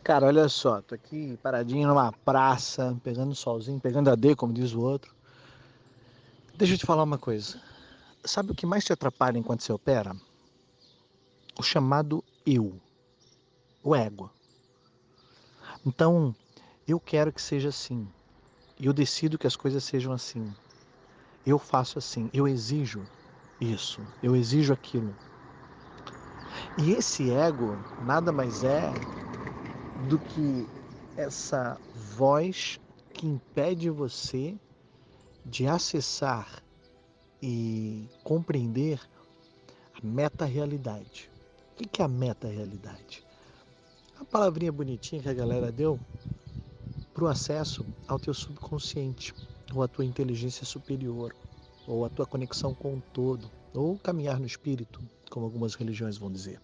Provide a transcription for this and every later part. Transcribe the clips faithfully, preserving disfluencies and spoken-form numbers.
Cara, olha só, tô aqui paradinho numa praça, pegando solzinho, pegando a D, como diz o outro. Deixa eu te falar uma coisa. Sabe o que mais te atrapalha enquanto você opera? O chamado eu, o ego. Então, eu quero que seja assim. E eu decido que as coisas sejam assim. Eu faço assim, eu exijo isso, eu exijo aquilo. E esse ego nada mais é do que essa voz que impede você de acessar e compreender a meta-realidade. O que é a meta-realidade? A palavrinha bonitinha que a galera deu para o acesso ao teu subconsciente, ou à tua inteligência superior, ou à tua conexão com o todo, ou caminhar no espírito, como algumas religiões vão dizer.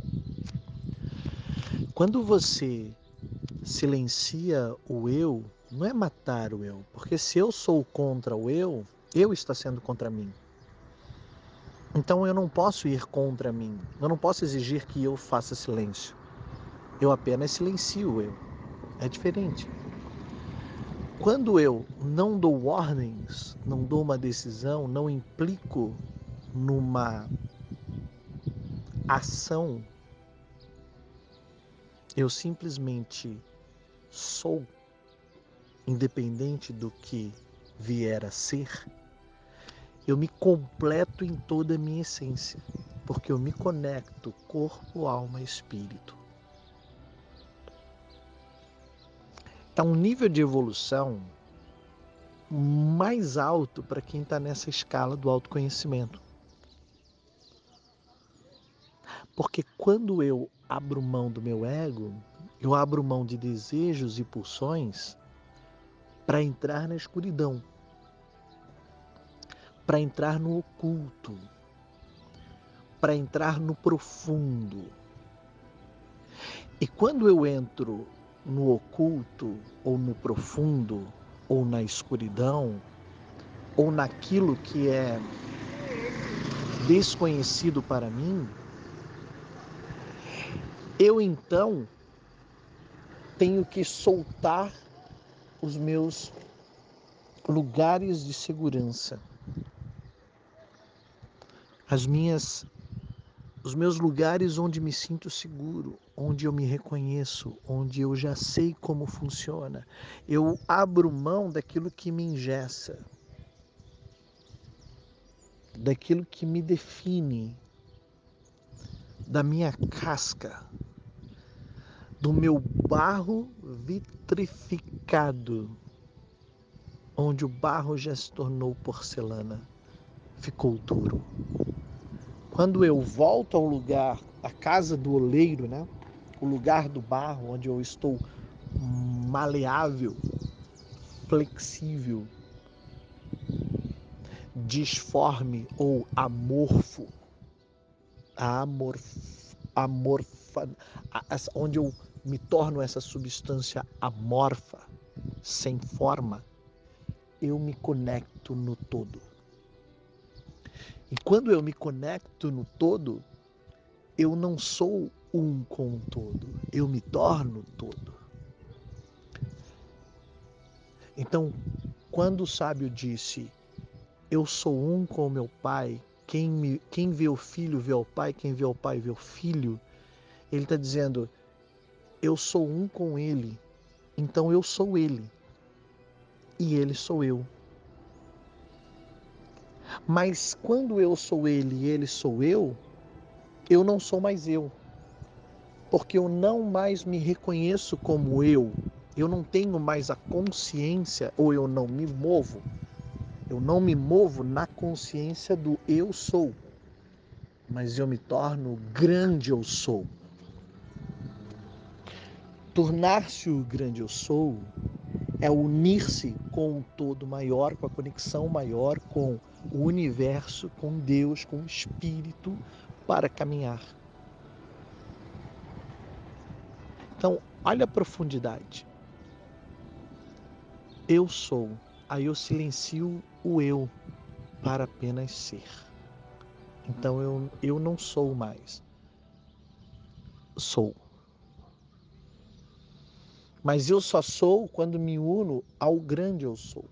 Quando você silencia o eu, não é matar o eu, porque se eu sou contra o eu, eu está sendo contra mim. Então eu não posso ir contra mim, eu não posso exigir que eu faça silêncio. Eu apenas silencio o eu. É diferente. Quando eu não dou ordens, não dou uma decisão, não implico numa ação, eu simplesmente sou, independente do que vier a ser, eu me completo em toda a minha essência, porque eu me conecto corpo, alma e espírito. É um nível de evolução mais alto para quem está nessa escala do autoconhecimento. Porque quando eu abro mão do meu ego, eu abro mão de desejos e pulsões para entrar na escuridão, para entrar no oculto, para entrar no profundo. E quando eu entro no oculto, ou no profundo, ou na escuridão, ou naquilo que é desconhecido para mim, eu então tenho que soltar os meus lugares de segurança, as minhas, os meus lugares onde me sinto seguro, onde eu me reconheço, onde eu já sei como funciona. Eu abro mão daquilo que me engessa, daquilo que me define, da minha casca, do meu barro vitrificado, onde o barro já se tornou porcelana, ficou duro. Quando eu volto ao lugar, a casa do oleiro, né? O lugar do barro, onde eu estou maleável, flexível, disforme ou amorfo, amorf, amorfa, onde eu me torno essa substância amorfa, sem forma, eu me conecto no todo. E quando eu me conecto no todo, eu não sou um com o todo, eu me torno todo. Então, quando o sábio disse, eu sou um com o meu pai, quem, me, quem vê o filho vê o pai, quem vê o pai vê o filho, ele está dizendo, eu sou um com ele, então eu sou ele, e ele sou eu. Mas quando eu sou ele e ele sou eu, eu não sou mais eu, porque eu não mais me reconheço como eu, eu não tenho mais a consciência, ou eu não me movo, eu não me movo na consciência do eu sou, mas eu me torno grande eu sou. Tornar-se o grande eu sou é unir-se com o todo maior, com a conexão maior, com o universo, com Deus, com o Espírito, para caminhar. Então, olha a profundidade. Eu sou, aí eu silencio o eu para apenas ser. Então eu, eu não sou mais. Sou. Mas eu só sou quando me uno ao grande eu sou.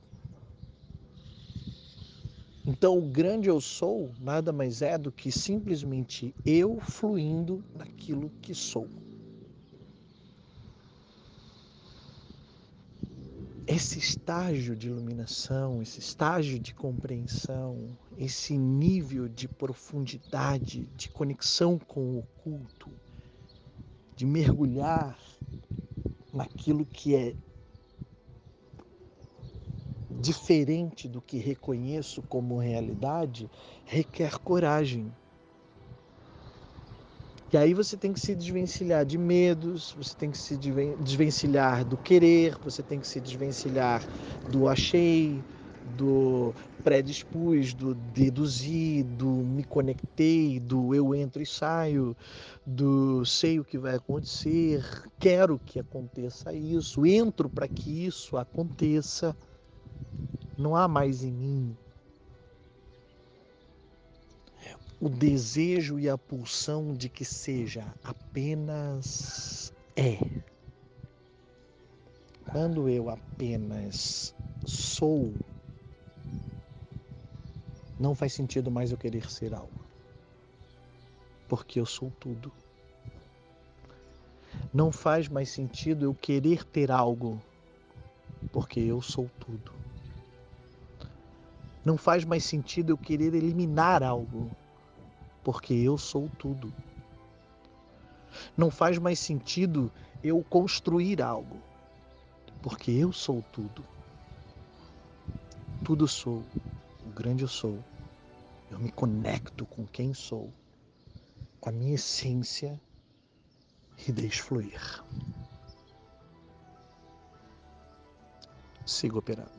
Então, o grande eu sou nada mais é do que simplesmente eu fluindo naquilo que sou. Esse estágio de iluminação, esse estágio de compreensão, esse nível de profundidade, de conexão com o oculto, de mergulhar naquilo que é diferente do que reconheço como realidade, requer coragem. E aí você tem que se desvencilhar de medos, você tem que se desvencilhar do querer, você tem que se desvencilhar do achei, do predispus, do deduzir, do me conectei, do eu entro e saio, do sei o que vai acontecer, quero que aconteça isso, entro para que isso aconteça. Não há mais em mim o desejo e a pulsão de que seja, apenas é. Quando eu apenas sou, não faz sentido mais eu querer ser algo, porque eu sou tudo. Não faz mais sentido eu querer ter algo, porque eu sou tudo. Não faz mais sentido eu querer eliminar algo, porque eu sou tudo. Não faz mais sentido eu construir algo, porque eu sou tudo. Tudo sou, o grande eu sou. Eu me conecto com quem sou, com a minha essência e deixo fluir. Sigo operando.